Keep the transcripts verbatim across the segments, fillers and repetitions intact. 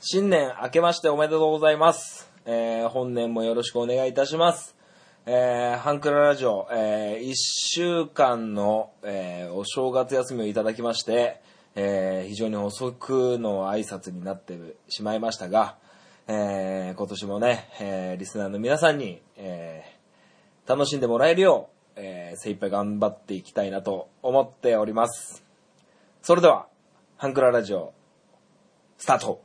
新年明けましておめでとうございます。えー、本年もよろしくお願いいたします。えー、ハンクララジオ、えー、いっしゅうかんの、えー、お正月休みをいただきまして、えー、非常に遅くの挨拶になってしまいましたが、えー、今年もね、えー、リスナーの皆さんに、えー、楽しんでもらえるよう、えー、精一杯頑張っていきたいなと思っております。それでは、ハンクララジオ、スタート。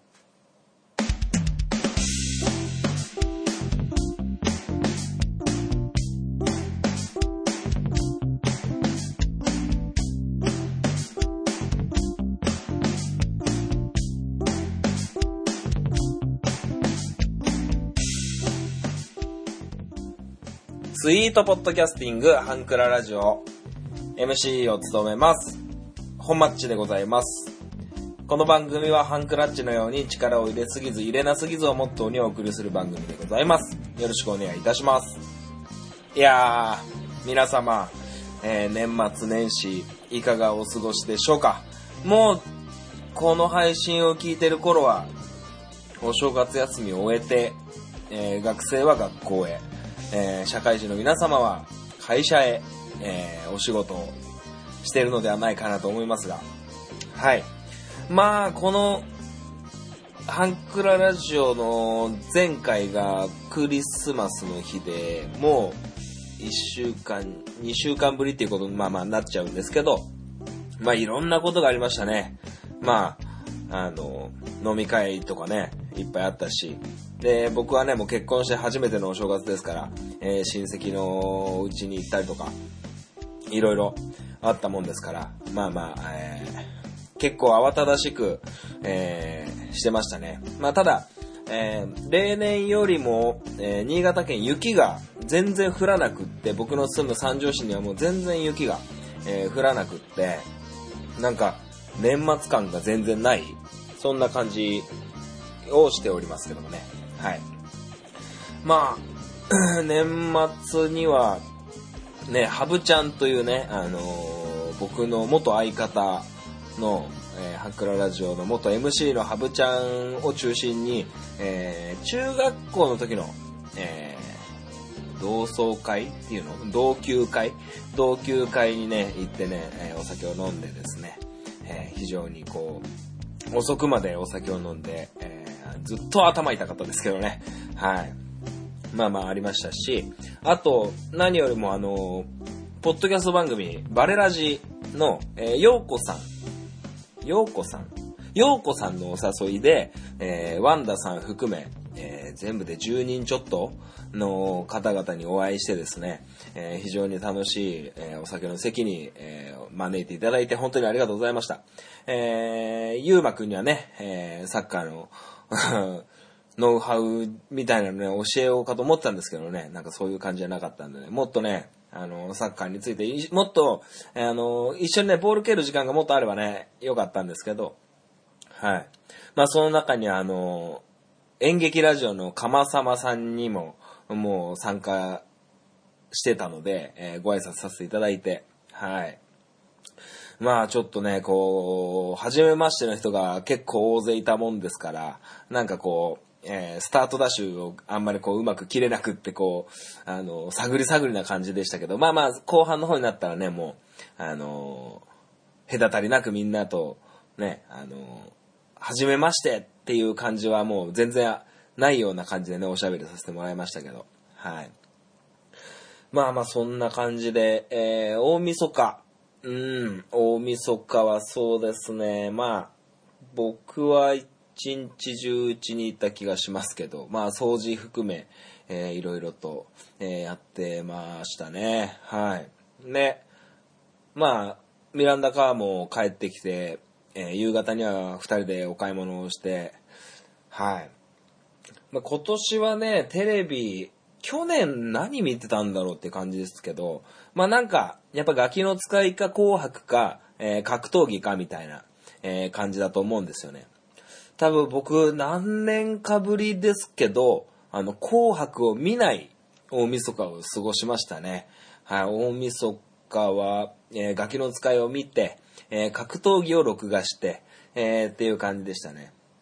スイートポッドキャスティングハンクララジオ エムシー を務めます本マッチでございます。この番組はハンクラッチのように力を入れすぎず入れなすぎずをモットーにお送りする番組でございます。よろしくお願いいたします。いやー皆様、えー、年末年始いかがお過ごしでしょうか。もうこの配信を聞いてる頃はお正月休みを終えて、えー、学生は学校へ、えー、社会人の皆様は会社へ、えー、お仕事をしているのではないかなと思いますが、はい。まあこのハンクララジオの前回がクリスマスの日で、もういっしゅうかんにしゅうかんぶりっていうことにまあまあなっちゃうんですけど、まあいろんなことがありましたね。まああの飲み会とかねいっぱいあったし、で僕はねもう結婚して初めてのお正月ですから、えー、親戚の家に行ったりとかいろいろあったもんですから、まあまあ、えー、結構慌ただしく、えー、してましたね。まあただ、えー、例年よりも、えー、新潟県雪が全然降らなくって、僕の住む三条市にはもう全然雪が、えー、降らなくって、なんか年末感が全然ない、そんな感じをしておりますけどもね。はい。まあ年末にはね、ハブちゃんというね、あのー、僕の元相方の、えー、ハンクララジオの元 エムシー のハブちゃんを中心に、えー、中学校の時の、えー、同窓会っていうの同級会同級会にね行ってね、えー、お酒を飲んでですね、えー、非常にこう遅くまでお酒を飲んで、えー、ずっと頭痛かったですけどね。はい。まあまあありましたし、あと何よりもあのポッドキャスト番組バレラジの、えー、ようこさんようこさんようこさんのお誘いで、えー、ワンダさん含め、えー、全部でじゅうにんちょっとの方々にお会いしてですね、えー、非常に楽しい、えー、お酒の席に、えー、招いていただいて本当にありがとうございました。えー、ゆうまくんにはね、えー、サッカーのノウハウみたいなのね教えようかと思ったんですけどね、なんかそういう感じじゃなかったんでね、もっとねあのサッカーについてもっとあの一緒にねボール蹴る時間がもっとあればねよかったんですけど、はい。まあその中にあの演劇ラジオのかまさまさんにももう参加してたので、えー、ご挨拶させていただいて、はい。まあちょっとねこう初めましての人が結構大勢いたもんですから、なんかこうえー、スタートダッシュをあんまりこううまく切れなくってこうあの探り探りな感じでしたけど、まあまあ後半の方になったらねもうあの隔たりなくみんなとねあの初めましてっていう感じはもう全然ないような感じでねおしゃべりさせてもらいましたけど、はい。まあまあそんな感じで、えー、大晦日うん大晦日はそうですね、まあ僕は一日中うちにいた気がしますけど、まあ掃除含め、えー、いろいろと、えー、やってましたね。はい。で、まあミランダカーも帰ってきて、えー、夕方にはふたりでお買い物をして、はい。まあ、今年はねテレビ去年何見てたんだろうって感じですけど、まあなんかやっぱガキの使いか紅白か、えー、格闘技かみたいな、えー、感じだと思うんですよね。多分僕何年かぶりですけど、あの紅白を見ない大晦日を過ごしましたね。はい、大晦日は、えー、ガキの使いを見て、えー、格闘技を録画して、えー、っていう感じでしたね。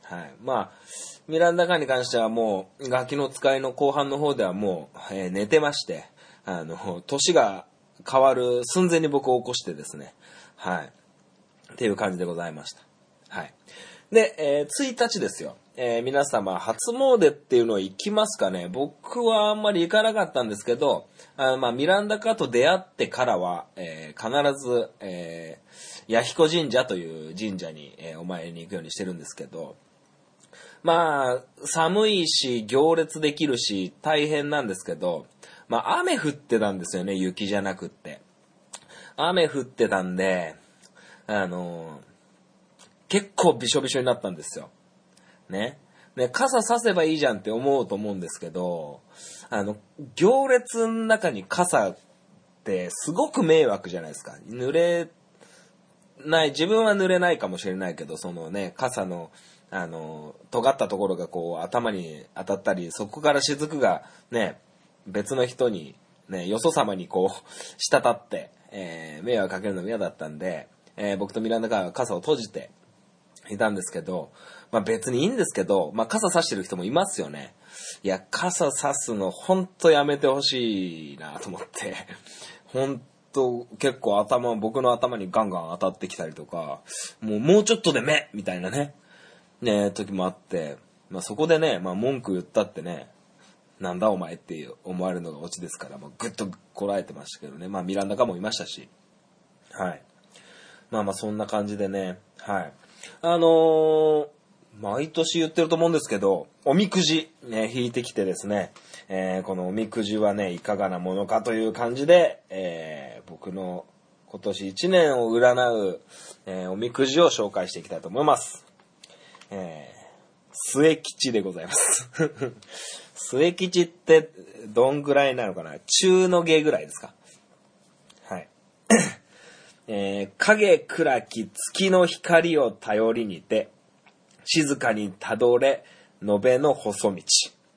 はい。まあ、ミランダカーに関してはもう、ガキの使いの後半の方ではもう、えー、寝てまして、あの、年が変わる寸前に僕を起こしてですね、はい。っていう感じでございました。はい。で、えー、ついたちですよ。えー、皆様、初詣っていうのは行きますかね？僕はあんまり行かなかったんですけど、あまあ、ミランダカーと出会ってからは、えー、必ず、えー、弥彦神社という神社に、えー、お参りに行くようにしてるんですけど、まあ、寒いし、行列できるし、大変なんですけど、まあ、雨降ってたんですよね、雪じゃなくって。雨降ってたんで、あのー、結構びしょびしょになったんですよ。ね。ね、傘させばいいじゃんって思うと思うんですけど、あの、行列の中に傘ってすごく迷惑じゃないですか。濡れない、自分は濡れないかもしれないけど、そのね、傘の、あの、尖ったところがこう頭に当たったり、そこから雫がね、別の人に、ね、よそ様にこう、滴って、えー、迷惑かけるのも嫌だったんで、えー、僕とミランダが傘を閉じていたんですけど、まあ別にいいんですけど、まあ傘差してる人もいますよね。いや、傘差すのほんとやめてほしいなと思って、ほんと結構頭、僕の頭にガンガン当たってきたりとか、もうもうちょっとで目みたいなね、ね、時もあって、まあそこでね、まあ文句言ったってね、なんだお前って思われるのがオチですから、まあ、ぐっとこらえてましたけどね。まあミランダカもいましたし。はい。まあまあそんな感じでね。はい。あのー、毎年言ってると思うんですけど、おみくじ、ね、引いてきてですね、えー、このおみくじはね、いかがなものかという感じで、えー、僕の今年いちねんを占う、えー、おみくじを紹介していきたいと思います。えー、末吉でございます。末吉ってどんぐらいなのかな？中の下ぐらいですか？はい。えー、影暗き月の光を頼りにて、静かにたどれ、延べの細道。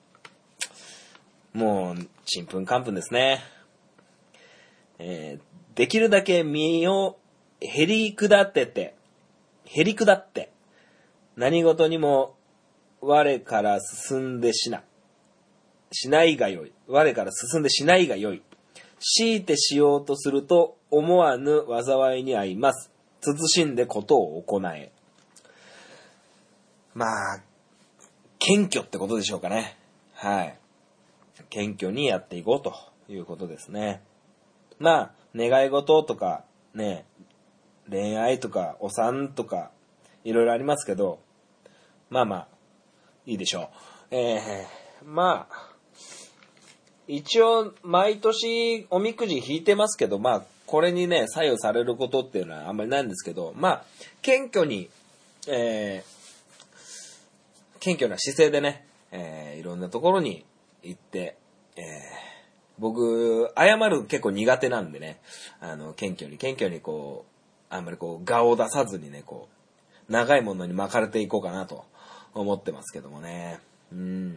もう、ちんぷんかんぷんですね。えー、できるだけ身をへり下ってて、へり下って、何事にも我から進んでしな。しないがよい。我から進んでしないがよい。強いてしようとすると思わぬ災いに遭います。慎んでことを行え。まあ、謙虚ってことでしょうかね。はい。謙虚にやっていこうということですね。まあ、願い事とか、ね、恋愛とか、お産とか、いろいろありますけど、まあまあ、いいでしょう。えー、まあ、一応、毎年おみくじ引いてますけど、まあ、これにね、左右されることっていうのはあんまりないんですけど、まあ、謙虚に、えー、謙虚な姿勢でね、えー、いろんなところに行って、えー、僕、謝る結構苦手なんでね、あの、謙虚に、謙虚にこう、あんまりこう、我を出さずにね、こう、長いものに巻かれていこうかなと思ってますけどもね。うん。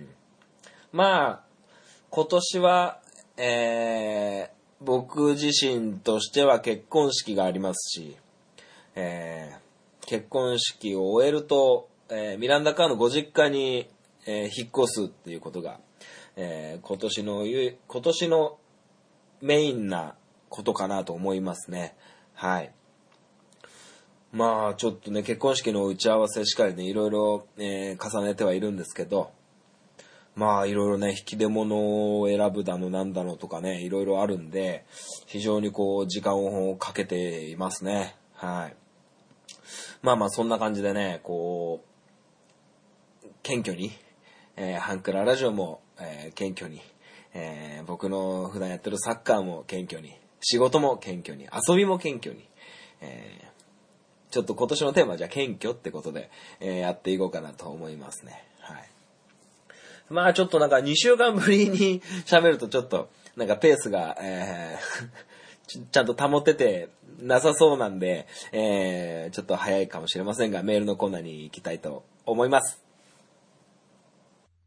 まあ、今年は、えー、僕自身としては結婚式がありますし、えー、結婚式を終えると、えー、ミランダカーのご実家に、えー、引っ越すっていうことが、えー、今年の、今年のメインなことかなと思いますね。はい。まあ、ちょっとね、結婚式の打ち合わせしかりね、いろいろ、えー、重ねてはいるんですけど、まあいろいろね、引き出物を選ぶだのなんだのとかね、いろいろあるんで、非常にこう時間をかけていますね。はい。まあまあそんな感じでね、こう、謙虚に、えー、ハンクララジオも、えー、謙虚に、えー、僕の普段やってるサッカーも謙虚に、仕事も謙虚に、遊びも謙虚に、えー、ちょっと今年のテーマはじゃあ謙虚ってことで、えー、やっていこうかなと思いますね。はい。まあちょっとなんかにしゅうかんぶりに喋るとちょっとなんかペースが、えー、ち, ちゃんと保っててなさそうなんで、えー、ちょっと早いかもしれませんがメールのコーナーに行きたいと思います。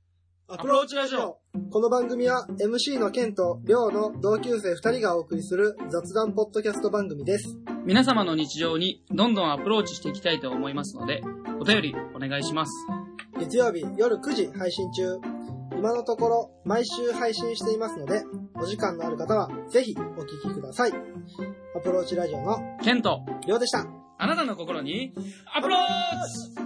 アプローチラジオ。この番組は エムシー のケンとリョウの同級生ふたりがお送りする雑談ポッドキャスト番組です。 皆様の日常にどんどんアプローチしていきたいと思いますので、お便りお願いします。 月曜日夜くじ配信中。今のところ毎週配信していますので、お時間のある方はぜひお聞きください。アプローチラジオのケンとリョウでした。 あなたの心にアプローチ。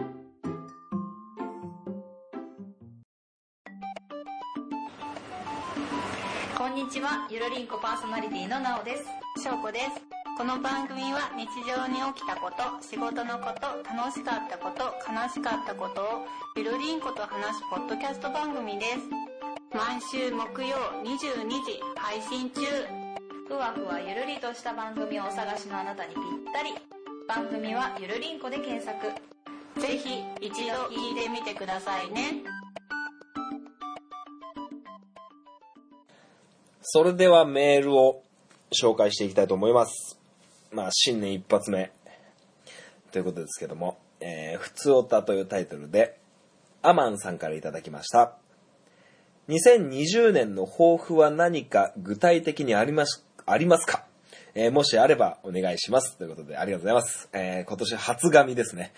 こんにちは、ゆるりんこパーソナリティのなおです。しょうこです。この番組は日常に起きたこと、仕事のこと、楽しかったこと、悲しかったことをゆるりんこと話すポッドキャスト番組です。毎週木曜にじゅうにじ配信中。ふわふわゆるりとした番組をお探しのあなたにぴったり。番組はゆるりんこで検索。ぜひ一度聞いてみてくださいね。 それではメールを紹介していきたいと思います。まあ新年一発目ということですけども、えー、ふつおたというタイトルでアマンさんからいただきました。にせんにじゅうねんの抱負は何か具体的にありますありますか、えー、もしあればお願いしますということで、ありがとうございます。えー、今年初紙ですね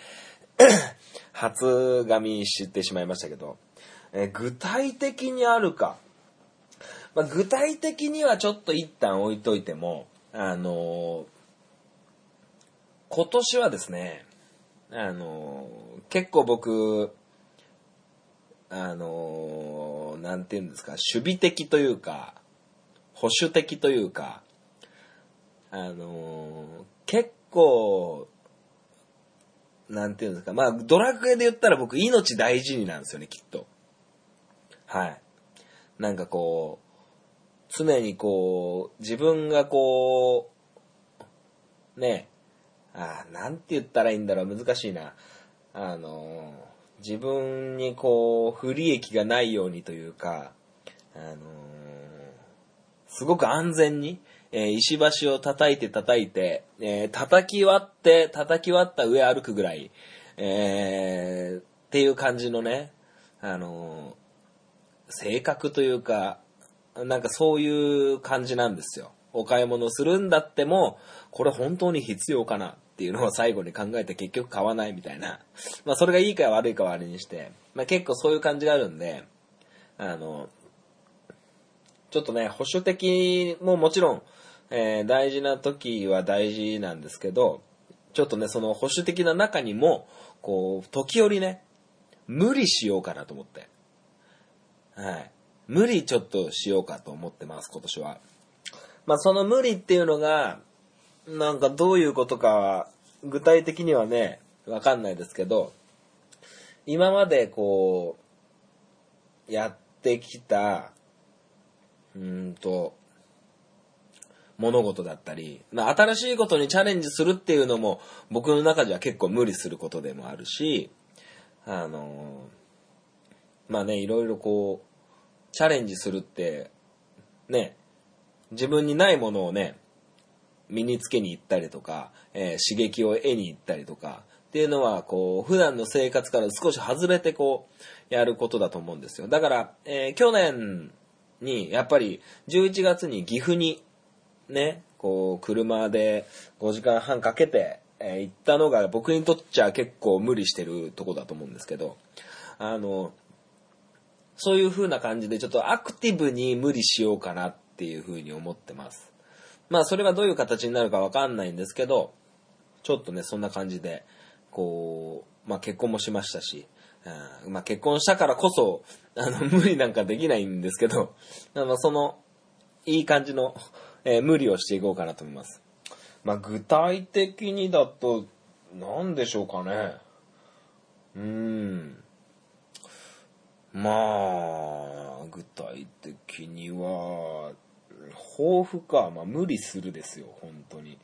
初紙知ってしまいましたけど、えー、具体的にあるか、まあ、具体的にはちょっと一旦置いといても、あのー、今年はですね、あのー、結構僕、あのー、なんていうんですか、守備的というか、保守的というか、あのー、結構、なんていうんですか、まあ、ドラクエで言ったら僕、命大事になんですよね、きっと。はい。なんかこう、常にこう、自分がこう、ね、ああ、なんて言ったらいいんだろう、難しいな。あの、自分にこう、不利益がないようにというか、あの、すごく安全に、えー、石橋を叩いて叩いて、えー、叩き割って、叩き割った上歩くぐらい、えー、っていう感じのね、あの、性格というか、なんかそういう感じなんですよ。お買い物するんだっても、これ本当に必要かなっていうのを最後に考えて結局買わないみたいな。まあそれがいいか悪いかはあれにして、まあ結構そういう感じがあるんで、あの、ちょっとね、保守的ももちろん、えー、大事な時は大事なんですけど、ちょっとね、その保守的な中にも、こう、時折ね、無理しようかなと思って。はい。無理ちょっとしようかと思ってます、今年は。まあその無理っていうのが、なんかどういうことかは、具体的にはね、わかんないですけど、今までこう、やってきた、うーんと、物事だったり、まあ新しいことにチャレンジするっていうのも、僕の中では結構無理することでもあるし、あの、まあね、いろいろこう、チャレンジするって、ね、自分にないものをね、身につけに行ったりとか、えー、刺激を得に行ったりとか、っていうのは、こう、普段の生活から少し外れてこう、やることだと思うんですよ。だから、えー、去年に、やっぱり、じゅういちがつに岐阜に、ね、こう、車でごじかんはんかけて、えー、行ったのが、僕にとっちゃ結構無理してるとこだと思うんですけど、あの、そういう風な感じでちょっとアクティブに無理しようかなっていう風に思ってます。まあそれがどういう形になるかわかんないんですけど、ちょっとねそんな感じで、こう、まあ結婚もしましたし、うん、まあ結婚したからこそ、あの無理なんかできないんですけど、あのその、いい感じの、えー、無理をしていこうかなと思います。まあ具体的にだと、なんでしょうかね。うーん。まあ、具体的には、抱負か。まあ、無理するですよ、本当に。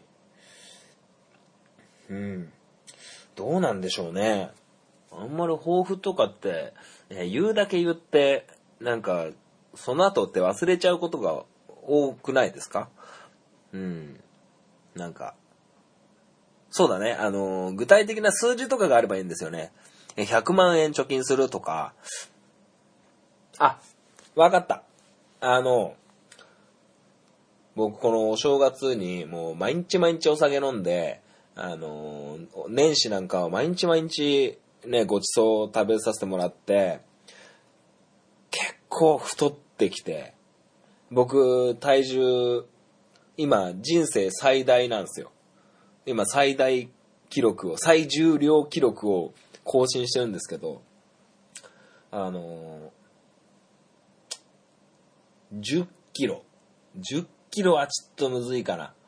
うん。どうなんでしょうね。あんまり抱負とかって、えー、言うだけ言って、なんか、その後って忘れちゃうことが多くないですか？うん。なんか、そうだね。あのー、具体的な数字とかがあればいいんですよね。ひゃくまんえん貯金するとか、 あ、わかった。あの、僕このお正月にもう毎日毎日お酒飲んで、あの、年始なんかは毎日毎日ね、ごちそうを食べさせてもらって、結構太ってきて、僕体重、今人生最大なんですよ。今最大記録を、最重量記録を更新してるんですけど、あの、じゅっキロ。じゅっキロはちょっとむずいかな。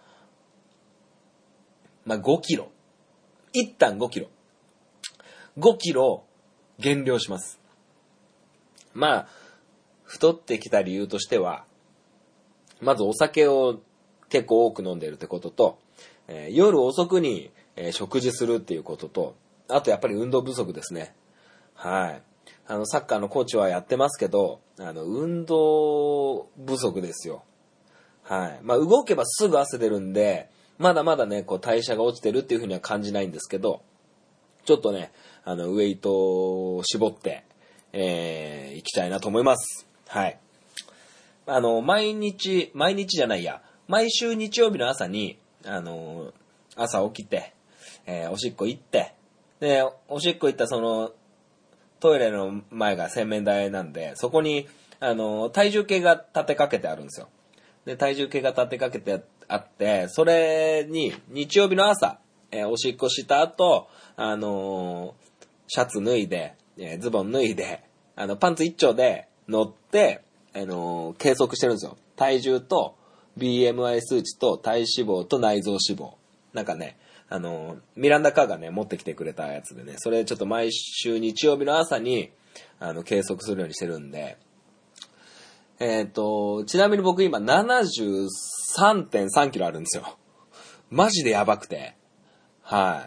まあ、ごキロ。一旦ごキロ。ごキロ減量します。まあ、太ってきた理由としては、まずお酒を結構多く飲んでるってことと、えー、夜遅くに、えー、食事するっていうことと、あとやっぱり運動不足ですね。はい。あの、サッカーのコーチはやってますけど、あの、運動不足ですよ。はい。まあ、動けばすぐ汗出るんで、まだまだね、こう代謝が落ちてるっていうふうには感じないんですけど、ちょっとね、あの、ウェイトを絞って、えー、いきたいなと思います。はい。あの、毎日、毎日じゃないや、毎週日曜日の朝に、あの、朝起きて、えー、おしっこ行って、で、おしっこ行ったその、トイレの前が洗面台なんで、そこに、あの、体重計が立てかけてあるんですよ。で、体重計が立てかけてあって、それに、日曜日の朝、えー、おしっこした後、あのー、シャツ脱いで、えー、ズボン脱いで、あの、パンツ一丁で乗って、あのー、計測してるんですよ。体重と、ビーエムアイ 数値と、体脂肪と内臓脂肪。なんかね、あのー、ミランダカーがね、持ってきてくれたやつでね、それちょっと毎週日曜日の朝に、あの、計測するようにしてるんで、えっと、ちなみに僕今 ななじゅうさんてんさんキロあるんですよ。マジでやばくて。はい。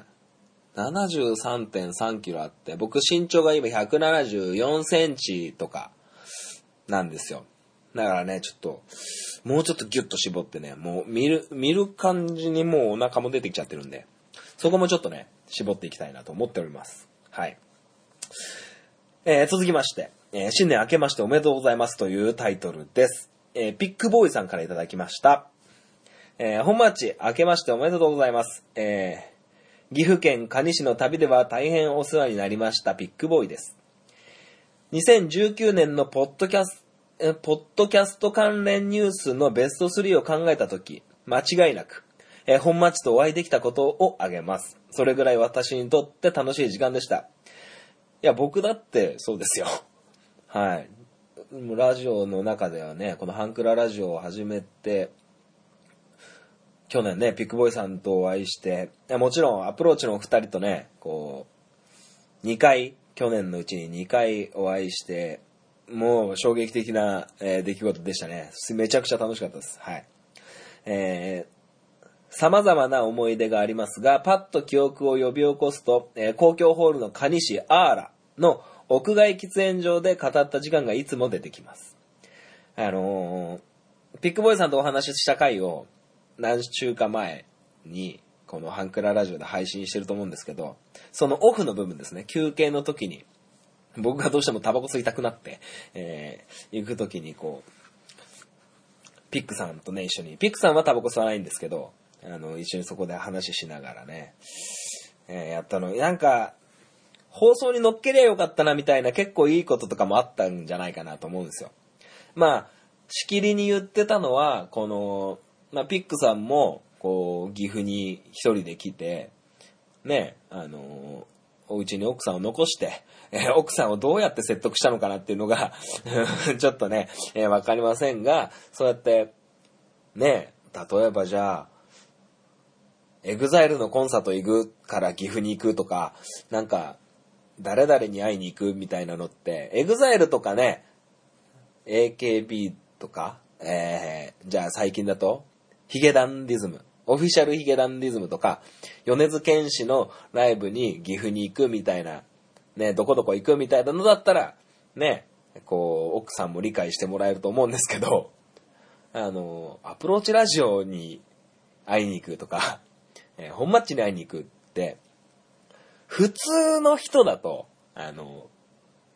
ななじゅうさんてんさんキロあって、僕身長が今ひゃくななじゅうよんセンチとかなんですよ。だからね、ちょっと、もうちょっとギュッと絞ってね、もう見る、見る感じにもうお腹も出てきちゃってるんで、そこもちょっとね、絞っていきたいなと思っております。はい。えー、続きまして、えー、新年明けましておめでとうございますというタイトルです。えー、ピックボーイさんからいただきました。えー、本町明けましておめでとうございます。えー、岐阜県可児市の旅では大変お世話になりましたピックボーイです。にせんじゅうきゅうねんのポッドキャスト、えー、ポッドキャスト関連ニュースのベストスリーを考えたとき、間違いなく、えー、本町とお会いできたことを挙げます。それぐらい私にとって楽しい時間でした。いや、僕だってそうですよ。はい。ラジオの中ではね、このハンクララジオを始めて、去年ね、ピックボーイさんとお会いして、もちろんアプローチのお二人とね、こう、にかい、去年のうちににかいお会いして、もう衝撃的な、えー、出来事でしたね。めちゃくちゃ楽しかったです。はい。えー、様々な思い出がありますが、パッと記憶を呼び起こすと、えー、公共ホールの可児市アーラの屋外喫煙場で語った時間がいつも出てきます。あのー、ピックボーイさんとお話しした回を何週か前にこのハンクララジオで配信してると思うんですけど、そのオフの部分ですね、休憩の時に僕がどうしてもタバコ吸いたくなって、えー、行く時にこうピックさんとね一緒に、ピックさんはタバコ吸わないんですけど、あの一緒にそこで話ししながらね、えー、やったの。なんか放送に乗っけりゃよかったなみたいな結構いいこととかもあったんじゃないかなと思うんですよ。まあしきりに言ってたのはこの、まあ、ピックさんもこう岐阜に一人で来てね、あのお家に奥さんを残して、えー、奥さんをどうやって説得したのかなっていうのがちょっとね、えー、わかりませんが、そうやってね、例えばじゃあエグザイルのコンサート行くから岐阜に行くとか、なんか誰々に会いに行くみたいなのって、エグザイルとかね、エーケービー とか、えー、じゃあ最近だとヒゲダンディズム、オフィシャルヒゲダンディズムとか、米津玄師のライブに岐阜に行くみたいな、ね、どこどこ行くみたいなのだったら、ね、こう、奥さんも理解してもらえると思うんですけど、あの、アプローチラジオに会いに行くとか、えー、本マッチに会いに行くって、普通の人だと、あの、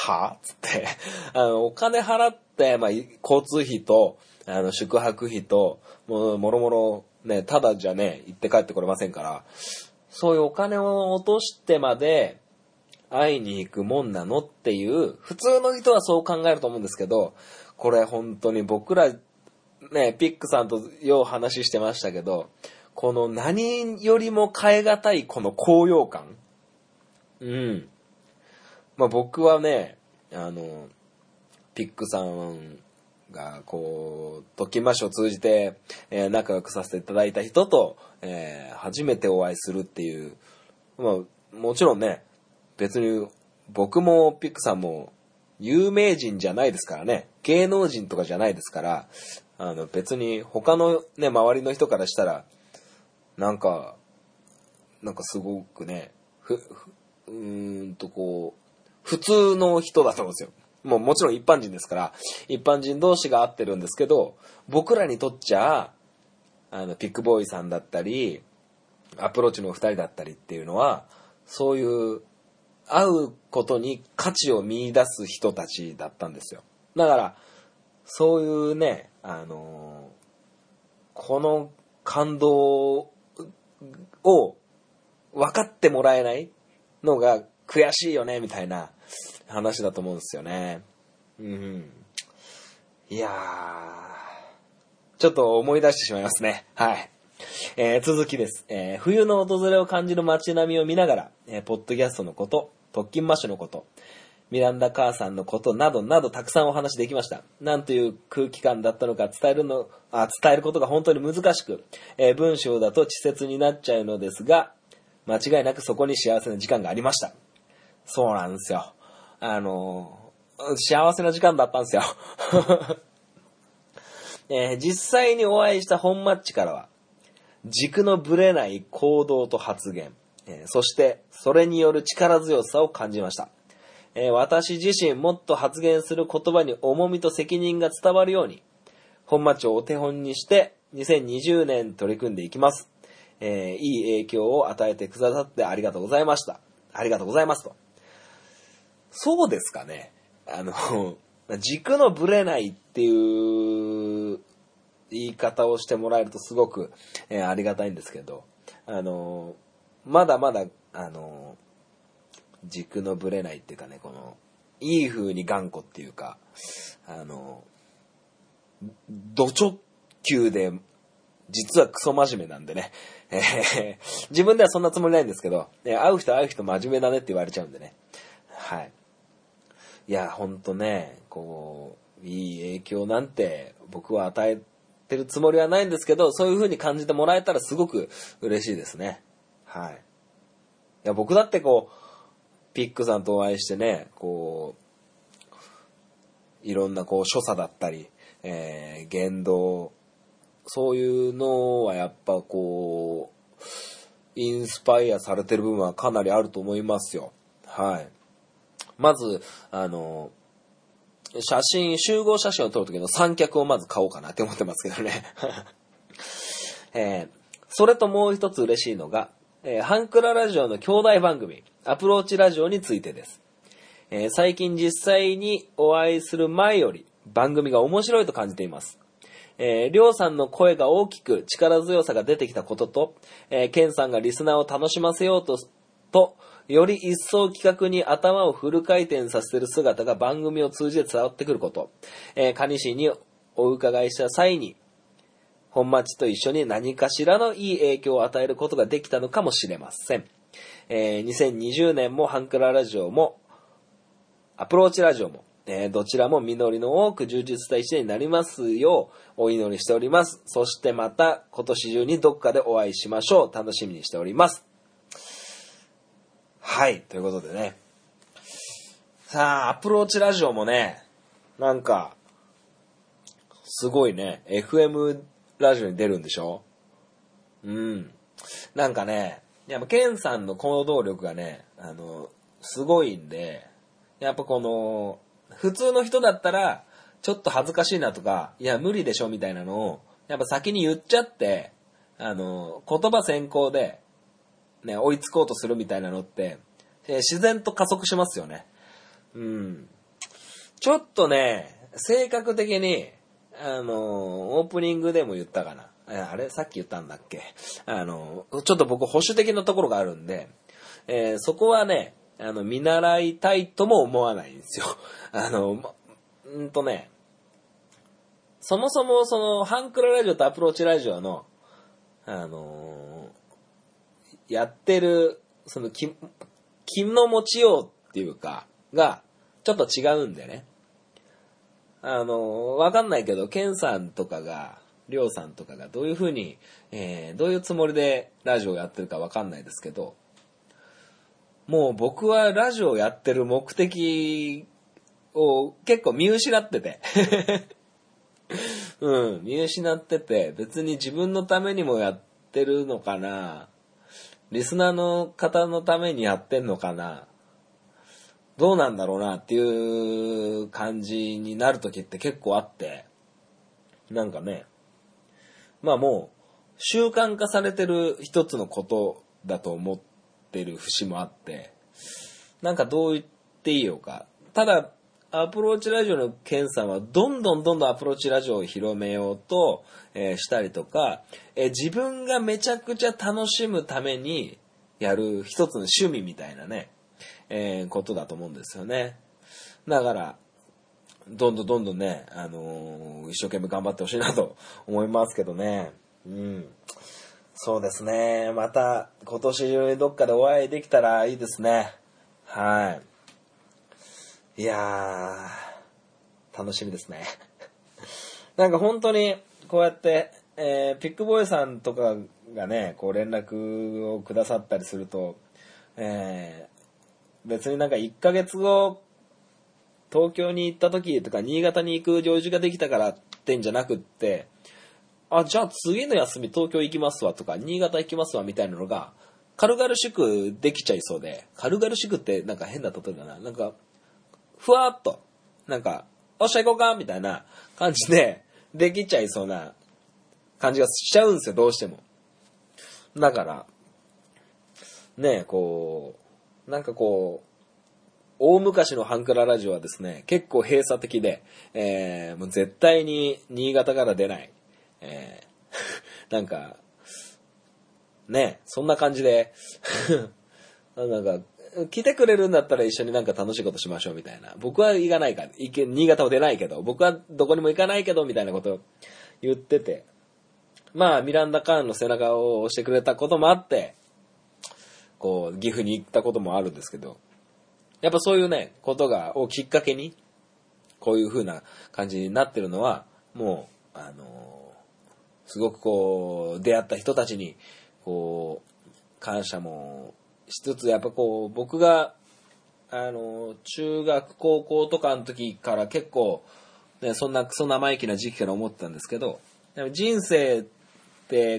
はつって、あの、お金払って、まあ、交通費と、あの、宿泊費と、もう、もろもろ、ね、ただじゃね、行って帰ってこれませんから、そういうお金を落としてまで、会いに行くもんなのっていう、普通の人はそう考えると思うんですけど、これ本当に僕ら、ね、ピックさんとよう話してましたけど、この何よりも変え難いこの高揚感。うん。まあ僕はね、あの、ピックさんがこう、トキマッシュを通じて、えー、仲良くさせていただいた人と、えー、初めてお会いするっていう、まあもちろんね、別に僕もピックさんも有名人じゃないですからね、芸能人とかじゃないですから、あの別に他のね、周りの人からしたら、なんか、なんかすごくね、ふ、ふうーんとこう、普通の人だと思うんですよ。もうもちろん一般人ですから、一般人同士が会ってるんですけど、僕らにとっちゃ、あの、ピックボーイさんだったり、アプローチの二人だったりっていうのは、そういう、会うことに価値を見出す人たちだったんですよ。だから、そういうね、あのー、この感動を分かってもらえないのが悔しいよねみたいな話だと思うんですよね。うん。いやー、ちょっと思い出してしまいますね。はい。えー、続きです。えー、冬の訪れを感じる街並みを見ながら、えー、ポッドキャストのこと、特勤マッシュのこと、ミランダ母さんのことなどなどたくさんお話できました。なんという空気感だったのか伝えるの、あ、伝えることが本当に難しく、えー、文章だと稚拙になっちゃうのですが、間違いなくそこに幸せな時間がありました。そうなんですよ。あのー、幸せな時間だったんですよ。えー、実際にお会いした本マッチからは、軸のぶれない行動と発言、えー、そしてそれによる力強さを感じました。えー、私自身もっと発言する言葉に重みと責任が伝わるように、本マッチをお手本にしてにせんにじゅうねん取り組んでいきます。えー、いい影響を与えてくださってありがとうございました。ありがとうございますと。そうですかね。あの、軸のぶれないっていう言い方をしてもらえるとすごく、えー、ありがたいんですけど、あの、まだまだ、あの、軸のぶれないっていうかね、この、いい風に頑固っていうか、あの、ド直球で、実はクソ真面目なんでね、えー、自分ではそんなつもりないんですけど、えー、会う人会う人真面目だねって言われちゃうんでね。はい。いや、ほんとね、こう、いい影響なんて僕は与えてるつもりはないんですけど、そういう風に感じてもらえたらすごく嬉しいですね。はい。いや、僕だってこう、ピックさんとお会いしてね、こう、いろんなこう所作だったり、えー、言動、そういうのはやっぱこう、インスパイアされてる部分はかなりあると思いますよ。はい。まず、あの、写真、集合写真を撮るときの三脚をまず買おうかなって思ってますけどね。えー、それともう一つ嬉しいのが、えー、ハンクララジオの兄弟番組、アプローチラジオについてです。えー、最近実際にお会いする前より番組が面白いと感じています。えー、りょうさんの声が大きく力強さが出てきたことと、えー、ケンさんがリスナーを楽しませようと、と、より一層企画に頭をフル回転させる姿が番組を通じて伝わってくること、えー、カニシにお伺いした際に、本町と一緒に何かしらのいい影響を与えることができたのかもしれません。えー、にせんにじゅうねんもハンクララジオも、アプローチラジオも、えー、どちらも実りの多く充実した一年になりますようお祈りしております。そしてまた今年中にどっかでお会いしましょう。楽しみにしております。はい、ということでね。さあ、アプローチラジオもね、なんか、すごいね、エフエム ラジオに出るんでしょ？うん。なんかね、やっぱケンさんの行動力がね、あの、すごいんで、やっぱこの、普通の人だったら、ちょっと恥ずかしいなとか、いや無理でしょみたいなのを、やっぱ先に言っちゃって、あの、言葉先行で、ね、追いつこうとするみたいなのって、えー、自然と加速しますよね。うん。 ちょっとね、性格的に、あの、オープニングでも言ったかな。あれさっき言ったんだっけ。あの、ちょっと僕保守的なところがあるんで、えー、そこはね、あの、見習いたいとも思わないんですよ。あの、うんとね、そもそもその、ハンクララジオとアプローチラジオの、あのー、やってる、その気、気の持ちようっていうか、が、ちょっと違うんでね。あのー、わかんないけど、ケンさんとかが、りょうさんとかがどういう風に、えー、どういうつもりでラジオやってるかわかんないですけど、もう僕はラジオやってる目的を結構見失ってて。うん、見失ってて、別に自分のためにもやってるのかな、リスナーの方のためにやってんのかな、どうなんだろうなっていう感じになる時って結構あって、なんかね、まあもう習慣化されてる一つのことだと思ってる節もあって、なんかどう言っていいよか。ただアプローチラジオのケンさんはどんどんどんどんアプローチラジオを広めようと、えー、したりとか、えー、自分がめちゃくちゃ楽しむためにやる一つの趣味みたいなね、えー、ことだと思うんですよね。だからどんどんどんどんね、あのー、一生懸命頑張ってほしいなと思いますけどね。うん。そうですね。また今年中にどっかでお会いできたらいいですね。はい。いやー、楽しみですね。なんか本当にこうやって、えー、ピックボーイさんとかがね、こう連絡をくださったりすると、えー、別になんかいっかげつご、東京に行った時とか新潟に行く用事ができたからってんじゃなくって、あ、じゃあ次の休み東京行きますわとか、新潟行きますわみたいなのが、軽々しくできちゃいそうで、軽々しくってなんか変な例えだな。なんか、ふわっと、なんか、おっしゃ行こうかみたいな感じでできちゃいそうな感じがしちゃうんですよ、どうしても。だから、ねえ、こう、なんかこう、大昔のハンクララジオはですね、結構閉鎖的で、えー、もう絶対に新潟から出ない。えー、なんか、ねえ、そんな感じで、なんか、来てくれるんだったら一緒になんか楽しいことしましょうみたいな。僕は行かないから、行け、新潟は出ないけど、僕はどこにも行かないけど、みたいなことを言ってて。まあ、ミランダ・カーンの背中を押してくれたこともあって、こう、岐阜に行ったこともあるんですけど、やっぱそういうね、ことが、をきっかけに、こういう風な感じになってるのは、もう、あのー、すごくこう、出会った人たちに、こう、感謝も、しつつ、やっぱこう、僕が、あの、中学、高校とかの時から結構、ね、そんなクソ生意気な時期から思ってたんですけど、人生って、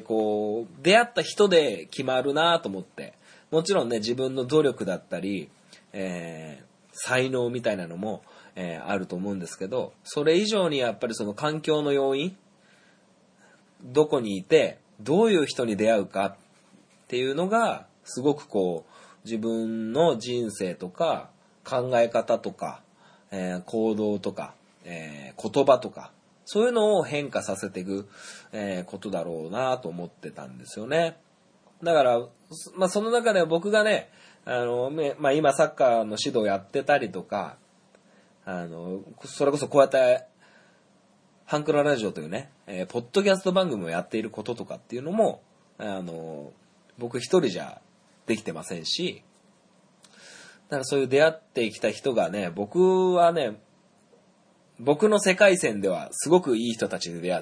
こう、出会った人で決まるなと思って、もちろんね、自分の努力だったり、えー、才能みたいなのも、えー、あると思うんですけど、それ以上にやっぱりその環境の要因、どこにいて、どういう人に出会うかっていうのが、すごくこう自分の人生とか考え方とか、えー、行動とか、えー、言葉とかそういうのを変化させていく、えー、ことだろうなと思ってたんですよね。だから、まあ、その中で僕がね、あの、まあ、今サッカーの指導やってたりとか、あのそれこそこうやってハンクララジオというね、えー、ポッドキャスト番組をやっていることとかっていうのも、あの僕一人じゃできてませんし、だからそういう出会ってきた人がね、僕はね、僕の世界線ではすごくいい人たちで出会って、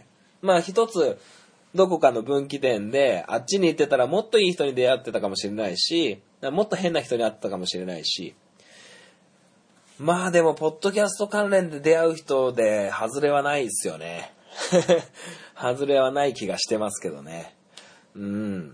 まあ一つどこかの分岐点であっちに行ってたらもっといい人に出会ってたかもしれないし、もっと変な人に会ってたかもしれないし、まあでもポッドキャスト関連で出会う人で外れはないですよね。外れはない気がしてますけどね。うん。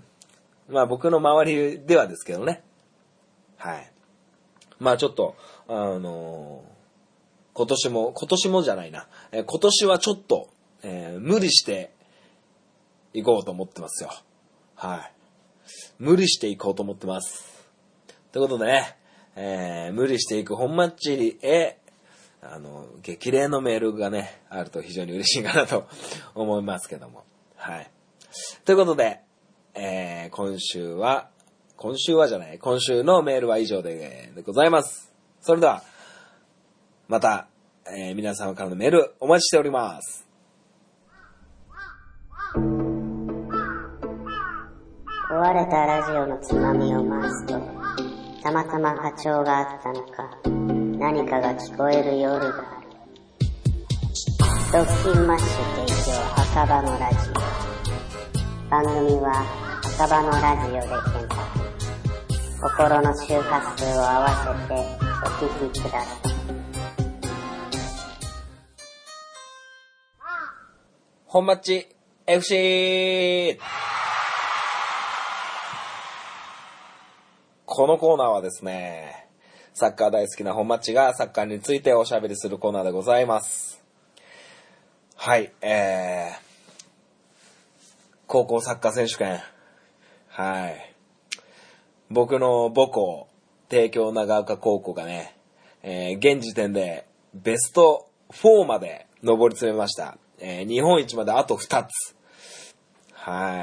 まあ僕の周りではですけどね。はい。まあちょっと、あのー、今年も、今年もじゃないな。えー、今年はちょっと、えー、無理していこうと思ってますよ。はい。無理していこうと思ってます。ということでね、えー、無理していく本マッチへ、 あの、激励のメールがね、あると非常に嬉しいかなと思いますけども。はい。ということで、えー、今週は、今週はじゃない、今週のメールは以上で、でございます。それでは、また、えー、皆様からのメールお待ちしております。 壊れたラジオのつまみを回すと、たまたま波長があったのか、何かが聞こえる夜がある。ドッキンマッシュ提供赤羽のラジオ。番組は赤羽のラジオで検索。心の周波数を合わせてお聞きください。 本マッチ エフシー。このコーナーはですね、サッカー大好きな本マッチがサッカーについておしゃべりするコーナーでございます。はい、えー、高校サッカー選手権。はい。僕の母校、帝京長岡高校がね、えー、現時点でベストフォーまで上り詰めました。えー、日本一まであとふたつ。はい。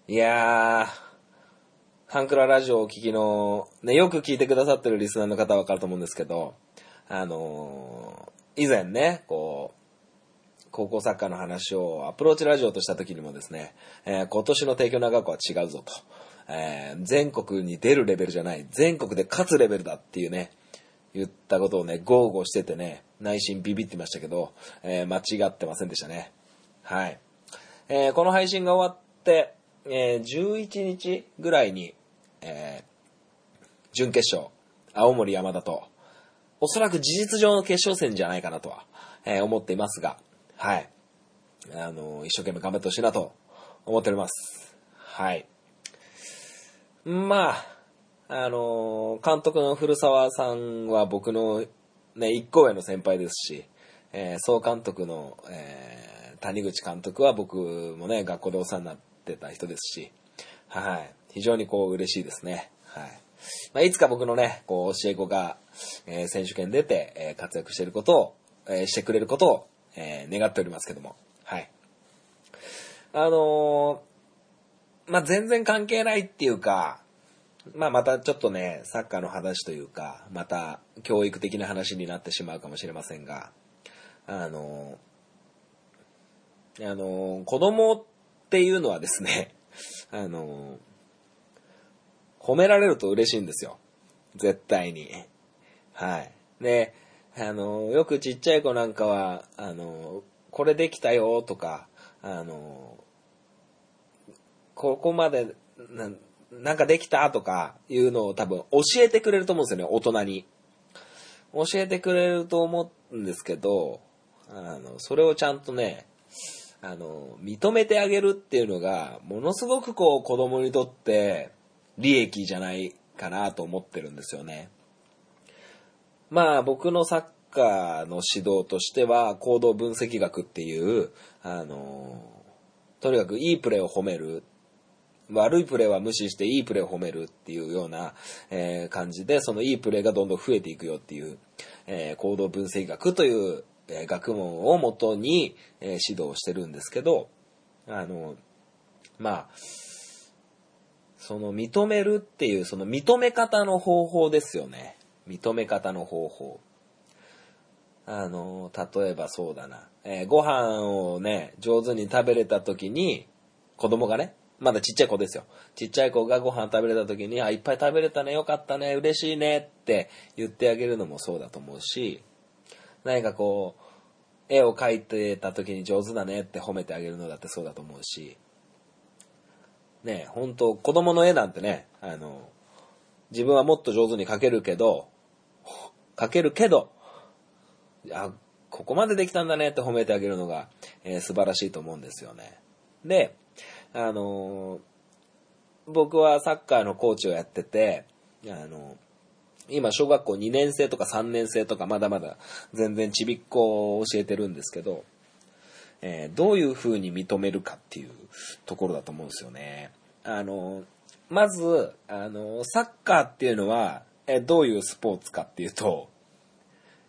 いやー、ハンクララジオをお聞きの、ね、よく聞いてくださってるリスナーの方はわかると思うんですけど、あのー、以前ね、こう、高校サッカーの話をアプローチラジオとした時にもですね、えー、今年の帝京長岡は違うぞと、えー、全国に出るレベルじゃない、全国で勝つレベルだっていうね、言ったことをね、豪語しててね、内心ビビってましたけど、えー、間違ってませんでしたね。はい。えー、この配信が終わって、えー、じゅういちにちぐらいに、えー、準決勝、青森山田と、おそらく事実上の決勝戦じゃないかなとは、えー、思っていますが、はい。あのー、一生懸命頑張ってほしいなと思っております。はい。まあ、あのー、監督の古澤さんは僕のね、一個上の先輩ですし、えー、総監督の、えー、谷口監督は僕もね、学校でお世話になってた人ですし、はい。非常にこう嬉しいですね。はい。まあ、いつか僕のね、こう教え子が、えー、選手権出て、えー、活躍していることを、えー、してくれることを、えー、願っておりますけども、はい。あのー、まあ、全然関係ないっていうか、まあまたちょっとね、サッカーの話というか、また教育的な話になってしまうかもしれませんが、あの、あの、子供っていうのはですね、あの、褒められると嬉しいんですよ。絶対に。はい。で、あの、よくちっちゃい子なんかは、あの、これできたよとか、あの、ここまで、ななんかできたとかいうのを多分教えてくれると思うんですよね、大人に。教えてくれると思うんですけど、あの、それをちゃんとね、あの、認めてあげるっていうのが、ものすごくこう子供にとって利益じゃないかなと思ってるんですよね。まあ僕のサッカーの指導としては、行動分析学っていう、あの、とにかくいいプレーを褒める。悪いプレーは無視していいプレーを褒めるっていうような、えー、感じで、そのいいプレーがどんどん増えていくよっていう、えー、行動分析学という、えー、学問をもとに、えー、指導してるんですけど、あの、まあ、その認めるっていう、その認め方の方法ですよね。認め方の方法。あの、例えばそうだな、えー、ご飯をね、上手に食べれた時に、子供がね、まだちっちゃい子ですよ。ちっちゃい子がご飯食べれた時に、あ、いっぱい食べれたね、よかったね、嬉しいねって言ってあげるのもそうだと思うし、何かこう、絵を描いてた時に上手だねって褒めてあげるのだってそうだと思うし、ね、本当子供の絵なんてね、あの、自分はもっと上手に描けるけど、描けるけど、あ、ここまでできたんだねって褒めてあげるのが、えー、素晴らしいと思うんですよね。で、あのー、僕はサッカーのコーチをやってて、あのー、今小学校にねん生とかさんねん生とかまだまだ全然ちびっこを教えてるんですけど、えー、どういう風に認めるかっていうところだと思うんですよね。あのー、まず、あのー、サッカーっていうのは、えー、どういうスポーツかっていうと、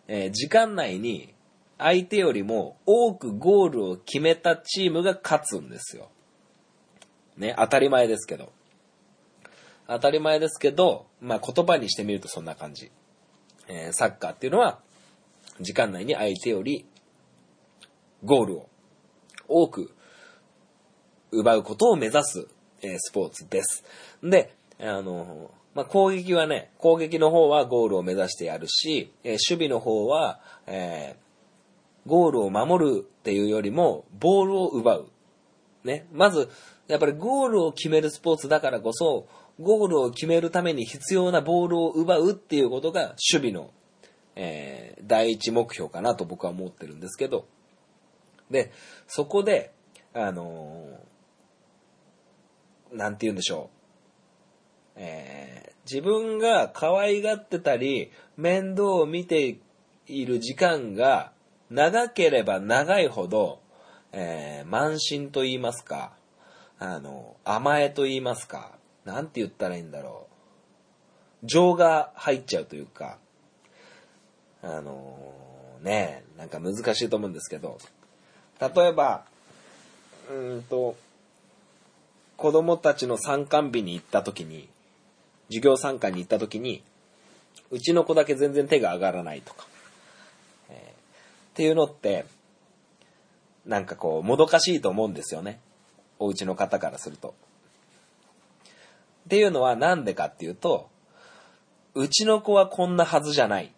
えー、時間内に相手よりも多くゴールを決めたチームが勝つんですよ。ね、当たり前ですけど。当たり前ですけど、まあ言葉にしてみるとそんな感じ。えー、サッカーっていうのは、時間内に相手よりゴールを多く奪うことを目指す、えー、スポーツです。で、あの、まあ、攻撃はね、攻撃の方はゴールを目指してやるし、えー、守備の方は、えー、ゴールを守るっていうよりも、ボールを奪う。ね。まず、やっぱりゴールを決めるスポーツだからこそ、ゴールを決めるために必要なボールを奪うっていうことが守備の、えー、第一目標かなと僕は思ってるんですけど、で、そこで、あのー、なんて言うんでしょう、えー、自分が可愛がってたり、面倒を見ている時間が長ければ長いほど、えー、慢心と言いますか、あの、甘えと言いますか、なんて言ったらいいんだろう。情が入っちゃうというか、あのー、ね、なんか難しいと思うんですけど、例えば、うーんと、子供たちの参観日に行った時に、授業参観に行った時に、うちの子だけ全然手が上がらないとか、えー、っていうのって、なんかこう、もどかしいと思うんですよね。お家の方からすると。っていうのはなんでかっていうと、うちの子はこんなはずじゃない。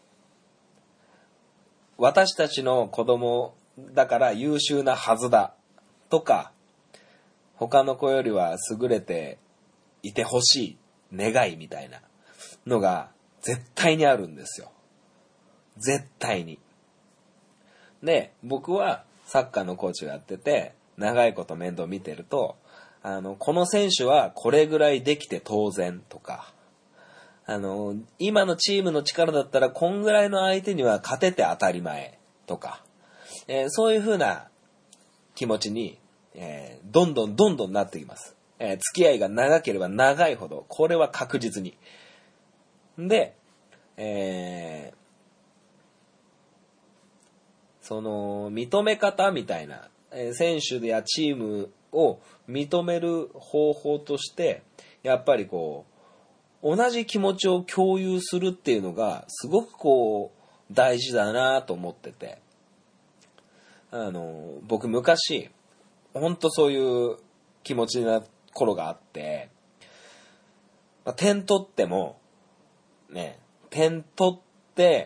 私たちの子供だから優秀なはずだ。とか、他の子よりは優れていてほしい願いみたいなのが絶対にあるんですよ。絶対に。で、僕はサッカーのコーチをやってて、長いこと面倒見てると、あの、この選手はこれぐらいできて当然とか、あの、今のチームの力だったらこんぐらいの相手には勝てて当たり前とか、えー、そういう風な気持ちに、えー、どんどんどんどんなってきます。えー、付き合いが長ければ長いほど、これは確実に。で、えー、その、認め方みたいな、えー、選手やチームを認める方法として、やっぱりこう、同じ気持ちを共有するっていうのが、すごくこう、大事だなと思ってて。あの、僕昔、ほんとそういう気持ちな頃があって、まあ、点取っても、ね、点取って、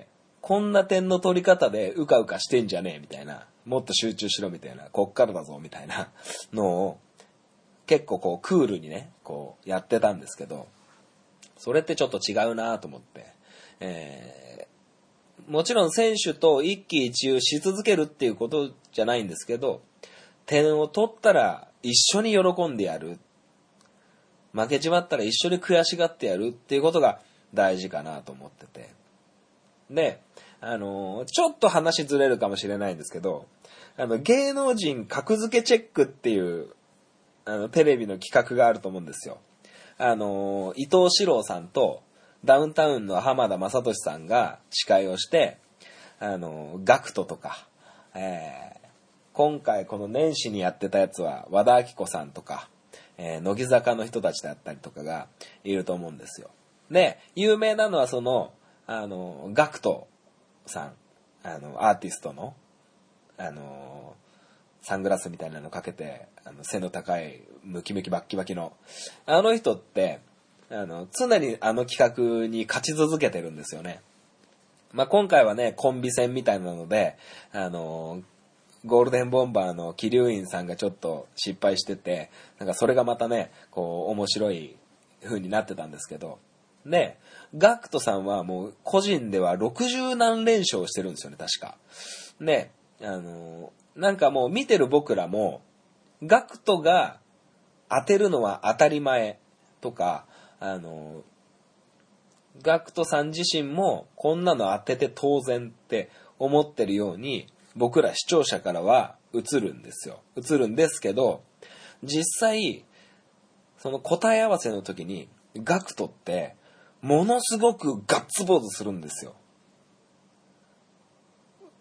こんな点の取り方でうかうかしてんじゃねえみたいな、もっと集中しろみたいな、こっからだぞみたいなのを、結構こうクールにね、こうやってたんですけど、それってちょっと違うなと思って、えー、もちろん選手と一喜一憂し続けるっていうことじゃないんですけど、点を取ったら一緒に喜んでやる、負けちまったら一緒に悔しがってやるっていうことが大事かなと思ってて、で、あのー、ちょっと話ずれるかもしれないんですけど、あの芸能人格付けチェックっていうあのテレビの企画があると思うんですよ。あのー、伊藤四郎さんとダウンタウンの浜田雅俊さんが司会をして、あのー、ガクトとか、えー、今回この年始にやってたやつは和田アキ子さんとか、えー、乃木坂の人たちだったりとかがいると思うんですよ。で、有名なのはその、あのー、ガクトさん、あの、アーティストの、あのー、サングラスみたいなのかけて、あの背の高いムキムキバッキバキのあの人って、あの常にあの企画に勝ち続けてるんですよね。まあ、今回はねコンビ戦みたいなので、あのゴールデンボンバーの桐生院さんがちょっと失敗してて、なんかそれがまたねこう面白い風になってたんですけど、でガクトさんはもう個人ではろくじゅう何連勝してるんですよね、確か。で、あのなんかもう見てる僕らもガクトが当てるのは当たり前とか、あのガクトさん自身もこんなの当てて当然って思ってるように僕ら視聴者からは映るんですよ。映るんですけど、実際その答え合わせの時にガクトってものすごくガッツポーズするんですよ。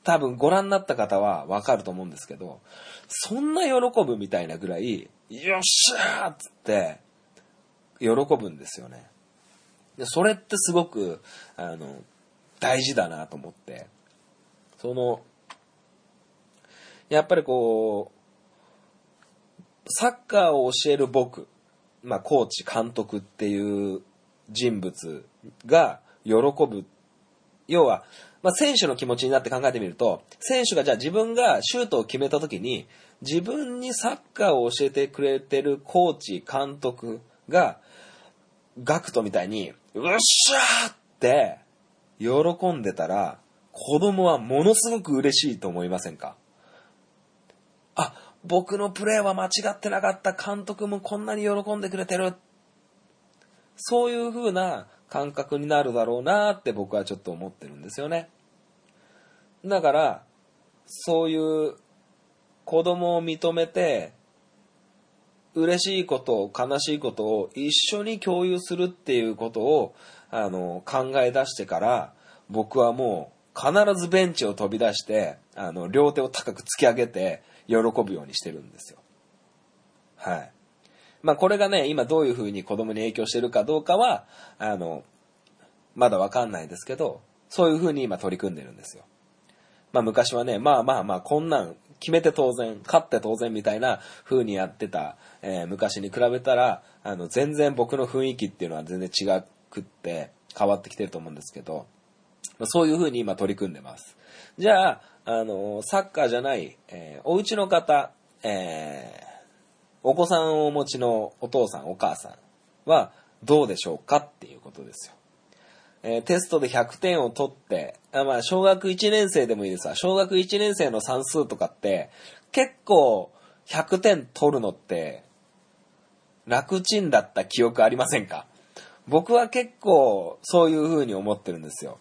多分ご覧になった方はわかると思うんですけど、そんな喜ぶみたいなぐらい、よっしゃーっつって喜ぶんですよね。でそれってすごくあの大事だなと思って、そのやっぱりこうサッカーを教える僕、まあコーチ監督っていう人物が喜ぶ、要はまあ、選手の気持ちになって考えてみると、選手がじゃあ自分がシュートを決めた時に、自分にサッカーを教えてくれてるコーチ、監督が、ガクトみたいに、うっしゃーって喜んでたら、子供はものすごく嬉しいと思いませんか？あ、僕のプレーは間違ってなかった、監督もこんなに喜んでくれてる。そういう風な感覚になるだろうなって僕はちょっと思ってるんですよね。だからそういう子供を認めて嬉しいこと悲しいことを一緒に共有するっていうことをあの考え出してから、僕はもう必ずベンチを飛び出してあの両手を高く突き上げて喜ぶようにしてるんですよ。はい。まあこれがね、今どういう風に子供に影響してるかどうかは、あの、まだわかんないですけど、そういう風に今取り組んでるんですよ。まあ昔はね、まあまあまあこんなん決めて当然、勝って当然みたいな風にやってた、えー、昔に比べたら、あの全然僕の雰囲気っていうのは全然違くって変わってきてると思うんですけど、そういう風に今取り組んでます。じゃあ、あの、サッカーじゃない、えー、お家の方、えーお子さんをお持ちのお父さんお母さんはどうでしょうかっていうことですよ。えー、テストでひゃくてんを取って、あ、まあ小学いちねん生でもいいですわ。小学いちねん生の算数とかって結構ひゃくてん取るのって楽ちんだった記憶ありませんか？僕は結構そういう風に思ってるんですよ。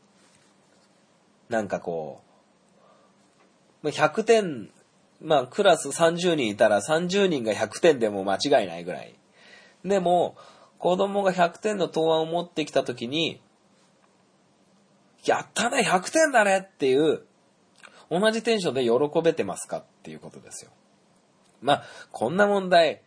なんかこうひゃくてん、まあクラスさんじゅうにんいたらさんじゅうにんがひゃくてんでも間違いないぐらい。でも子供がひゃくてんの答案を持ってきたときに、やったねひゃくてんだねっていう同じテンションで喜べてますかっていうことですよ。まあこんな問題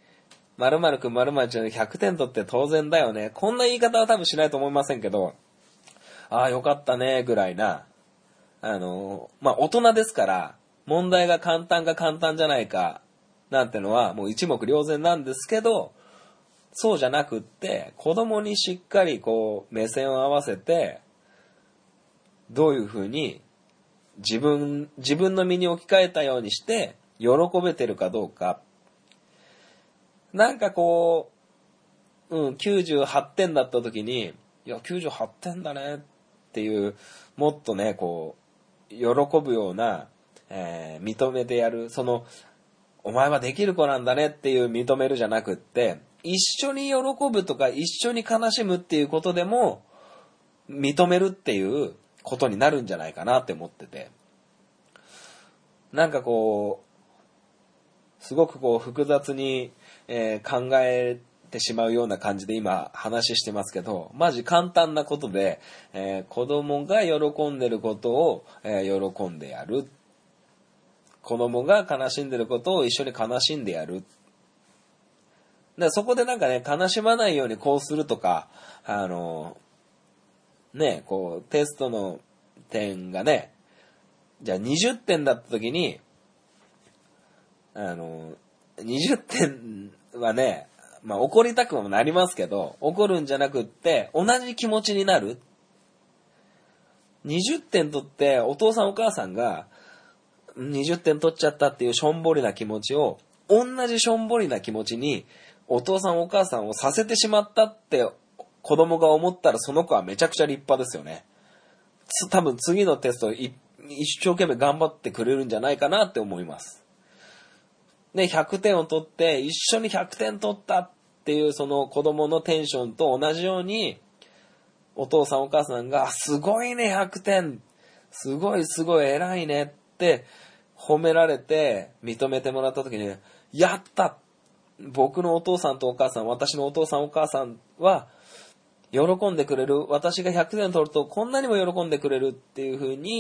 〇〇くん〇〇ちゃんひゃくてん取って当然だよね、こんな言い方は多分しないと思いませんけど、ああよかったねぐらいな、あのまあ大人ですから問題が簡単か簡単じゃないかなんてのはもう一目瞭然なんですけど、そうじゃなくって子供にしっかりこう目線を合わせて、どういうふうに自分自分の身に置き換えたようにして喜べてるかどうか。なんかこう、うん、きゅうじゅうはってんだった時に、いやきゅうじゅうはってんだねっていう、もっとねこう喜ぶような、えー、認めてやる、そのお前はできる子なんだねっていう認めるじゃなくって、一緒に喜ぶとか一緒に悲しむっていうことでも認めるっていうことになるんじゃないかなって思ってて、なんかこうすごくこう複雑に、えー、考えてしまうような感じで今話してますけど、マジ簡単なことで、えー、子供が喜んでることを、えー、喜んでやる、子供が悲しんでることを一緒に悲しんでやる。でそこでなんかね、悲しまないようにこうするとか、あのね、こうテストの点がね、じゃあにじゅってんだった時に、あのにじゅってんはね、まあ怒りたくもなりますけど、怒るんじゃなくって同じ気持ちになる。にじゅってん取ってお父さんお母さんがにじゅってん取っちゃったっていうしょんぼりな気持ちを、同じしょんぼりな気持ちにお父さんお母さんをさせてしまったって子供が思ったら、その子はめちゃくちゃ立派ですよね。多分次のテスト一生懸命頑張ってくれるんじゃないかなって思います。でひゃくてんを取って一緒にひゃくてん取ったっていうその子供のテンションと同じように、お父さんお母さんがすごいねひゃくてん、すごいすごい偉いねって褒められて認めてもらった時に、やった、僕のお父さんとお母さん、私のお父さんお母さんは喜んでくれる、私がひゃくてん取るとこんなにも喜んでくれるっていう風に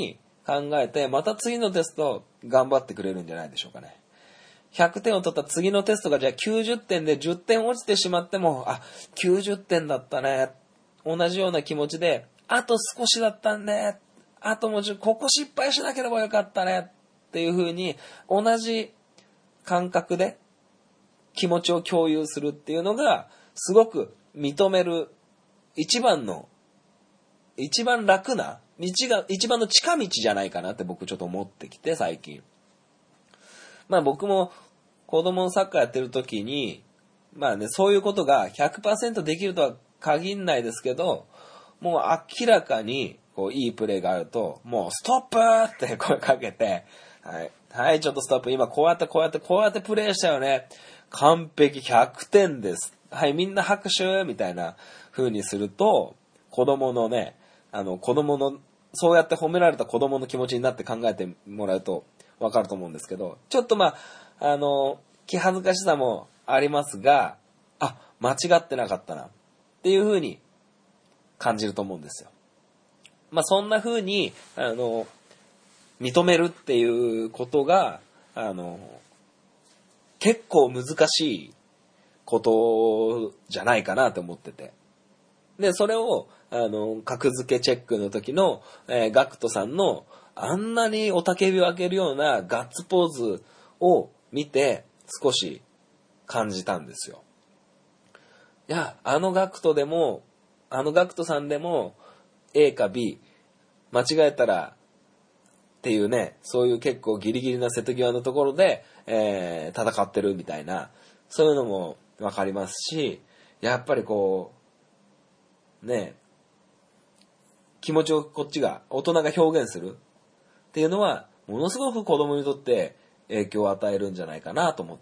考えて、また次のテスト頑張ってくれるんじゃないでしょうかね。ひゃくてんを取った次のテストがじゃあきゅうじゅってんでじゅってん落ちてしまっても、あ、きゅうじゅってんだったね。同じような気持ちで、あと少しだったんね。あともうちょ、ここ失敗しなければよかったね。っていう風に、同じ感覚で気持ちを共有するっていうのが、すごく認める一番の、一番楽な、道が、一番の近道じゃないかなって僕ちょっと思ってきて、最近。まあ僕も子供のサッカーやってる時に、まあね、そういうことが ひゃくパーセント できるとは限んないですけど、もう明らかにこういいプレーがあると、もうストップって声かけて、はい、はい、ちょっとストップ、今こうやってこうやってこうやってプレーしたよね。完璧ひゃくてんです。はい、みんな拍手みたいな風にすると、子供のね、あの子供の、そうやって褒められた子供の気持ちになって考えてもらうとわかると思うんですけど、ちょっとまあ、あの、気恥ずかしさもありますが、あ、間違ってなかったなっていう風に感じると思うんですよ。まあそんな風に、あの、認めるっていうことが、あの、結構難しいことじゃないかなと思ってて。で、それを、あの、格付けチェックの時の、えー、ガクトさんの、あんなに雄たけびを上げるようなガッツポーズを見て、少し感じたんですよ。いや、あのガクトでも、あのガクトさんでも、A か B、間違えたら、っていうね、そういう結構ギリギリな瀬戸際のところで、えー、戦ってるみたいな、そういうのもわかりますし、やっぱりこう、ね、気持ちをこっちが、大人が表現するっていうのは、ものすごく子供にとって影響を与えるんじゃないかなと思って。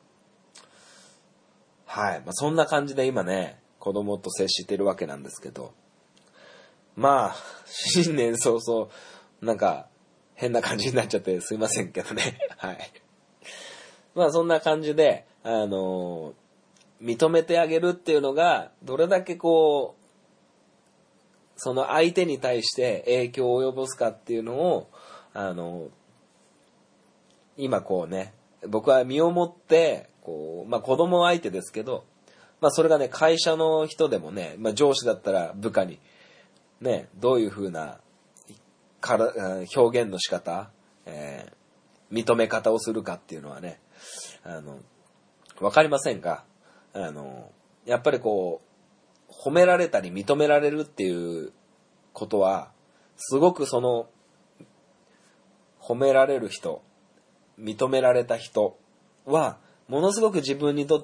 はい。まあ、そんな感じで今ね、子供と接してるわけなんですけど、まあ、新年早々、なんか、変な感じになっちゃってすいませんけどね。はい。まあそんな感じで、あのー、認めてあげるっていうのが、どれだけこう、その相手に対して影響を及ぼすかっていうのを、あのー、今こうね、僕は身をもって、こう、まあ子供相手ですけど、まあそれがね、会社の人でもね、まあ上司だったら部下に、ね、どういう風な、から表現の仕方、えー、認め方をするかっていうのはね、あの、わかりませんが、あの、やっぱりこう、褒められたり認められるっていうことは、すごくその、褒められる人、認められた人は、ものすごく自分にとって、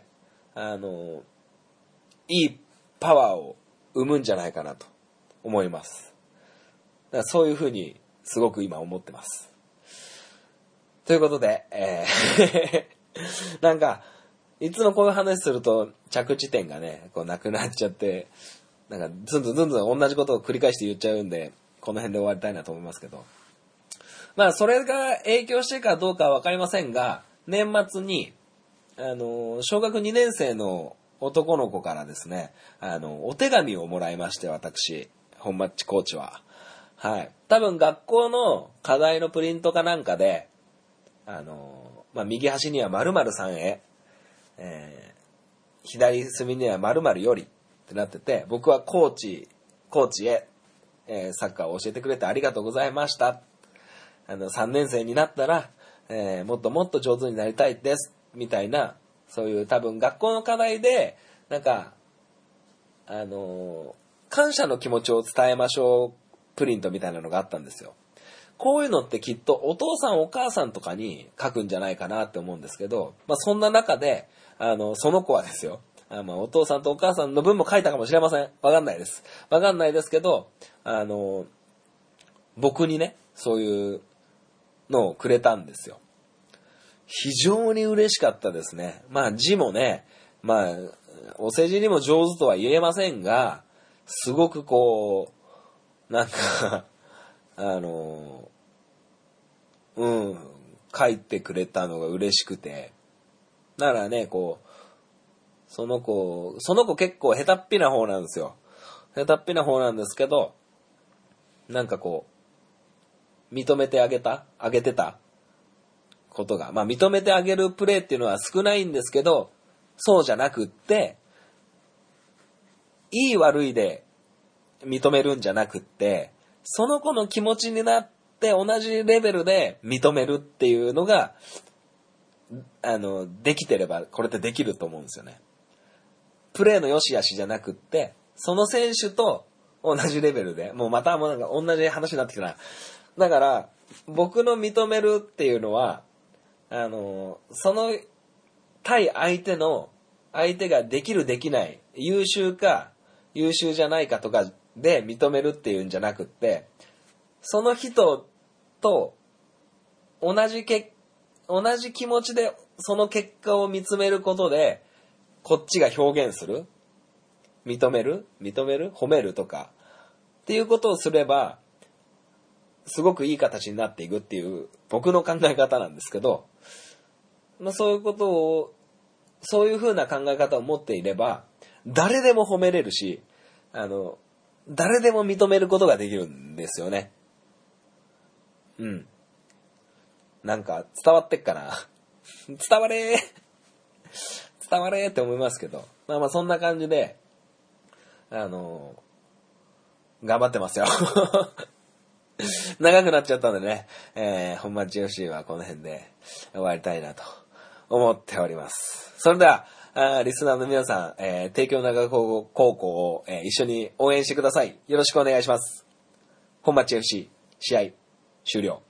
あの、いいパワーを生むんじゃないかなと思います。だからそういうふうにすごく今思ってます。ということで、えー、なんかいつもこういう話すると着地点がね、こうなくなっちゃって、なんかずんずんずんずん同じことを繰り返して言っちゃうんで、この辺で終わりたいなと思いますけど、まあそれが影響してるかどうかはわかりませんが、年末にあの小学にねん生の男の子からですね、あのお手紙をもらいまして、私本マッチコーチは。はい。多分学校の課題のプリントかなんかで、あのー、まあ、右端には〇〇さんへ、えー、左隅には〇〇よりってなってて、僕はコーチ、コーチへ、えー、サッカーを教えてくれてありがとうございました。あの、さんねん生になったら、えー、もっともっと上手になりたいです。みたいな、そういう多分学校の課題で、なんか、あのー、感謝の気持ちを伝えましょう。プリントみたいなのがあったんですよ。こういうのってきっとお父さんお母さんとかに書くんじゃないかなって思うんですけど、まあそんな中で、あの、その子はですよ、あまあお父さんとお母さんの分も書いたかもしれません。わかんないです。わかんないですけど、あの、僕にね、そういうのをくれたんですよ。非常に嬉しかったですね。まあ字もね、まあ、お世辞にも上手とは言えませんが、すごくこう、なんか、あの、うん、書いてくれたのが嬉しくて。だからね、こう、その子、その子結構下手っぴな方なんですよ。下手っぴな方なんですけど、なんかこ認めてあげた、あげてたことが、まあ認めてあげるプレーっていうのは少ないんですけど、そうじゃなくって、いい悪いで認めるんじゃなくって、その子の気持ちになって同じレベルで認めるっていうのが、あの、できてればこれってできると思うんですよね。プレーの良し悪しじゃなくって、その選手と同じレベルで、もうまたもうなんか同じ話になってきたな。だから、僕の認めるっていうのは、あの、その対相手の、相手ができるできない、優秀か優秀じゃないかとかで認めるっていうんじゃなくって、その人と同じけ、同じ気持ちでその結果を見つめることで、こっちが表現する、認める、認める、褒めるとかっていうことをすれば、すごくいい形になっていくっていう僕の考え方なんですけど、まあ、そういうことを、そういう風な考え方を持っていれば、誰でも褒めれるし、あの、誰でも認めることができるんですよね。うん。なんか伝わってっかな伝われー伝われーって思いますけど、まあまあそんな感じで、あの、頑張ってますよ。長くなっちゃったんでね、えー、本町 エフシー はこの辺で終わりたいなと思っております。それでは、あリスナーの皆さん、えー、帝京長高高校を、えー、一緒に応援してください。よろしくお願いします。本町 エフシー 試合終了。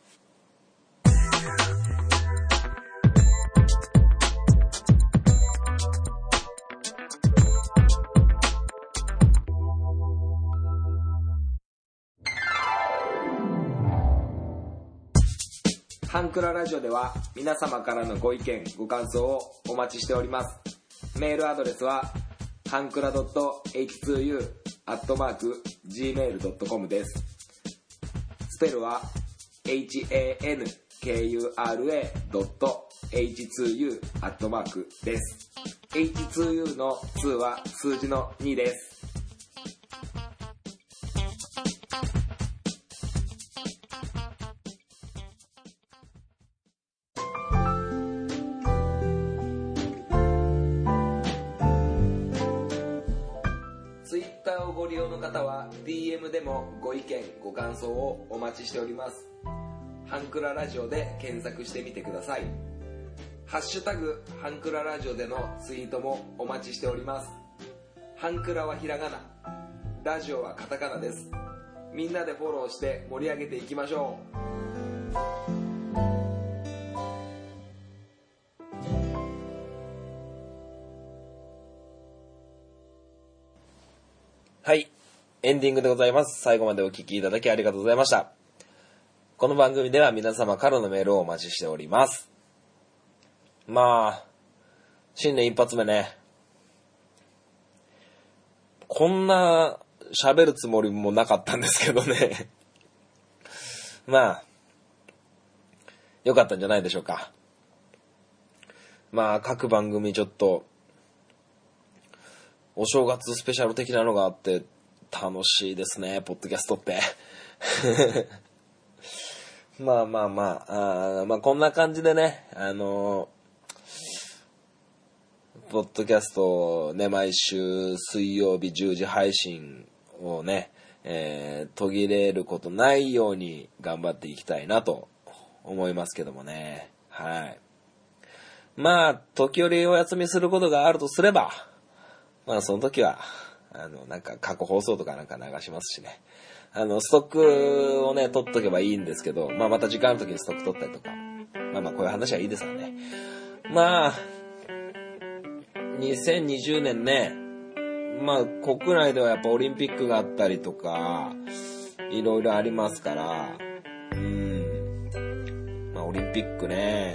ハンクララジオでは皆様からのご意見ご感想をお待ちしております。メールアドレスはハンクラ .エイチツーユー アットマーク ジーメール ドットコム です。スペルは ハンクラ ドット エイチツーユー アットマーク です。エイチツーユー のには数字のにです。ご利用の方は ディーエム でもご意見ご感想をお待ちしております。ハンクララジオで検索してみてください。ハッシュタグハンクララジオでのツイートもお待ちしております。ハンクラはひらがな、ラジオはカタカナです。みんなでフォローして盛り上げていきましょう。はい。エンディングでございます。最後までお聞きいただきありがとうございました。この番組では皆様からのメールをお待ちしております。まあ、新年一発目ね。こんな喋るつもりもなかったんですけどね。まあ、良かったんじゃないでしょうか。まあ、各番組ちょっと、お正月スペシャル的なのがあって楽しいですね、ポッドキャストって。まあまあまあ、あまあこんな感じでね、あのー、ポッドキャストをね、毎週水曜日じゅうじ配信をね、えー、途切れることないように頑張っていきたいなと思いますけどもね。はい。まあ、時折お休みすることがあるとすれば、まあその時は、あの、なんか過去放送とかなんか流しますしね。あの、ストックをね、取っとけばいいんですけど、まあまた時間ある時にストック取ったりとか。まあまあこういう話はいいですからね。まあ、にせんにじゅうねんね、まあ国内ではやっぱオリンピックがあったりとか、いろいろありますから、うん。まあオリンピックね、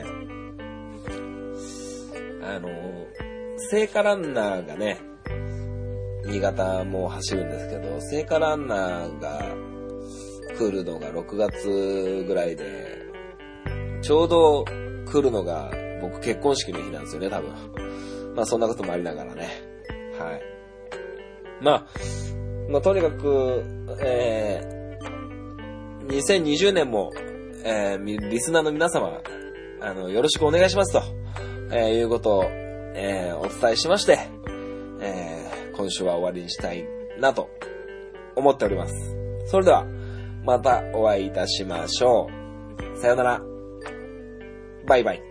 あの、聖火ランナーがね、新潟も走るんですけど、聖火ランナーが来るのがろくがつぐらいで、ちょうど来るのが僕結婚式の日なんですよね、多分。まあそんなこともありながらね。はい。まあ、まあとにかく、えー、にせんにじゅうねんもえー、リスナーの皆様、あの、よろしくお願いしますと、えー、いうことを、えー、お伝えしまして、えー、今週は終わりにしたいなと思っております。それでは、またお会いいたしましょう。さよなら。バイバイ。